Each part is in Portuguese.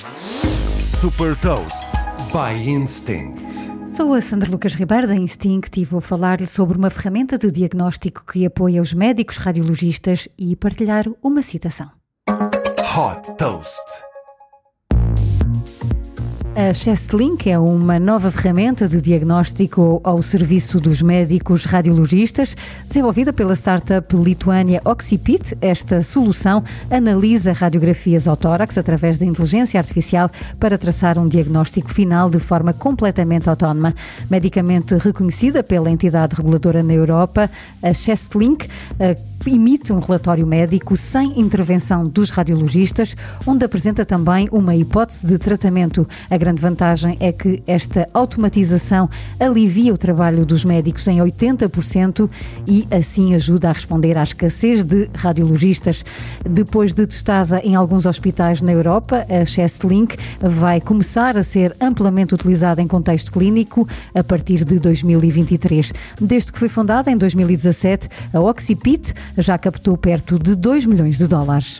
Super Toast by Instinct. Sou a Sandra Lucas Ribeiro da Instinct e vou falar-lhe sobre uma ferramenta de diagnóstico que apoia os médicos radiologistas e partilhar uma citação. Hot Toast. A ChestLink é uma nova ferramenta de diagnóstico ao serviço dos médicos radiologistas, desenvolvida pela startup lituânia Oxipit. Esta solução analisa radiografias ao tórax através da inteligência artificial para traçar um diagnóstico final de forma completamente autónoma. Medicamente reconhecida pela entidade reguladora na Europa, a ChestLink emite um relatório médico sem intervenção dos radiologistas, onde apresenta também uma hipótese de tratamento. A grande vantagem é que esta automatização alivia o trabalho dos médicos em 80% e assim ajuda a responder à escassez de radiologistas. Depois de testada em alguns hospitais na Europa, a ChestLink vai começar a ser amplamente utilizada em contexto clínico a partir de 2023. Desde que foi fundada em 2017, a Oxipit já captou perto de 2 milhões de dólares.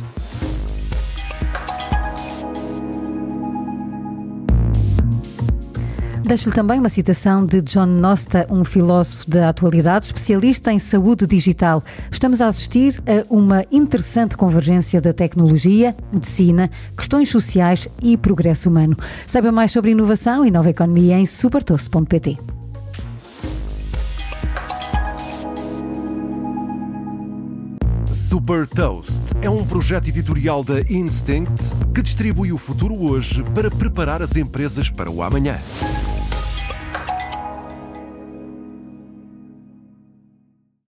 Deixo-lhe também uma citação de John Nosta, um filósofo da atualidade, especialista em saúde digital. Estamos a assistir a uma interessante convergência da tecnologia, medicina, questões sociais e progresso humano. Saiba mais sobre inovação e nova economia em supertoast.pt. Super Toast é um projeto editorial da Instinct que distribui o futuro hoje para preparar as empresas para o amanhã.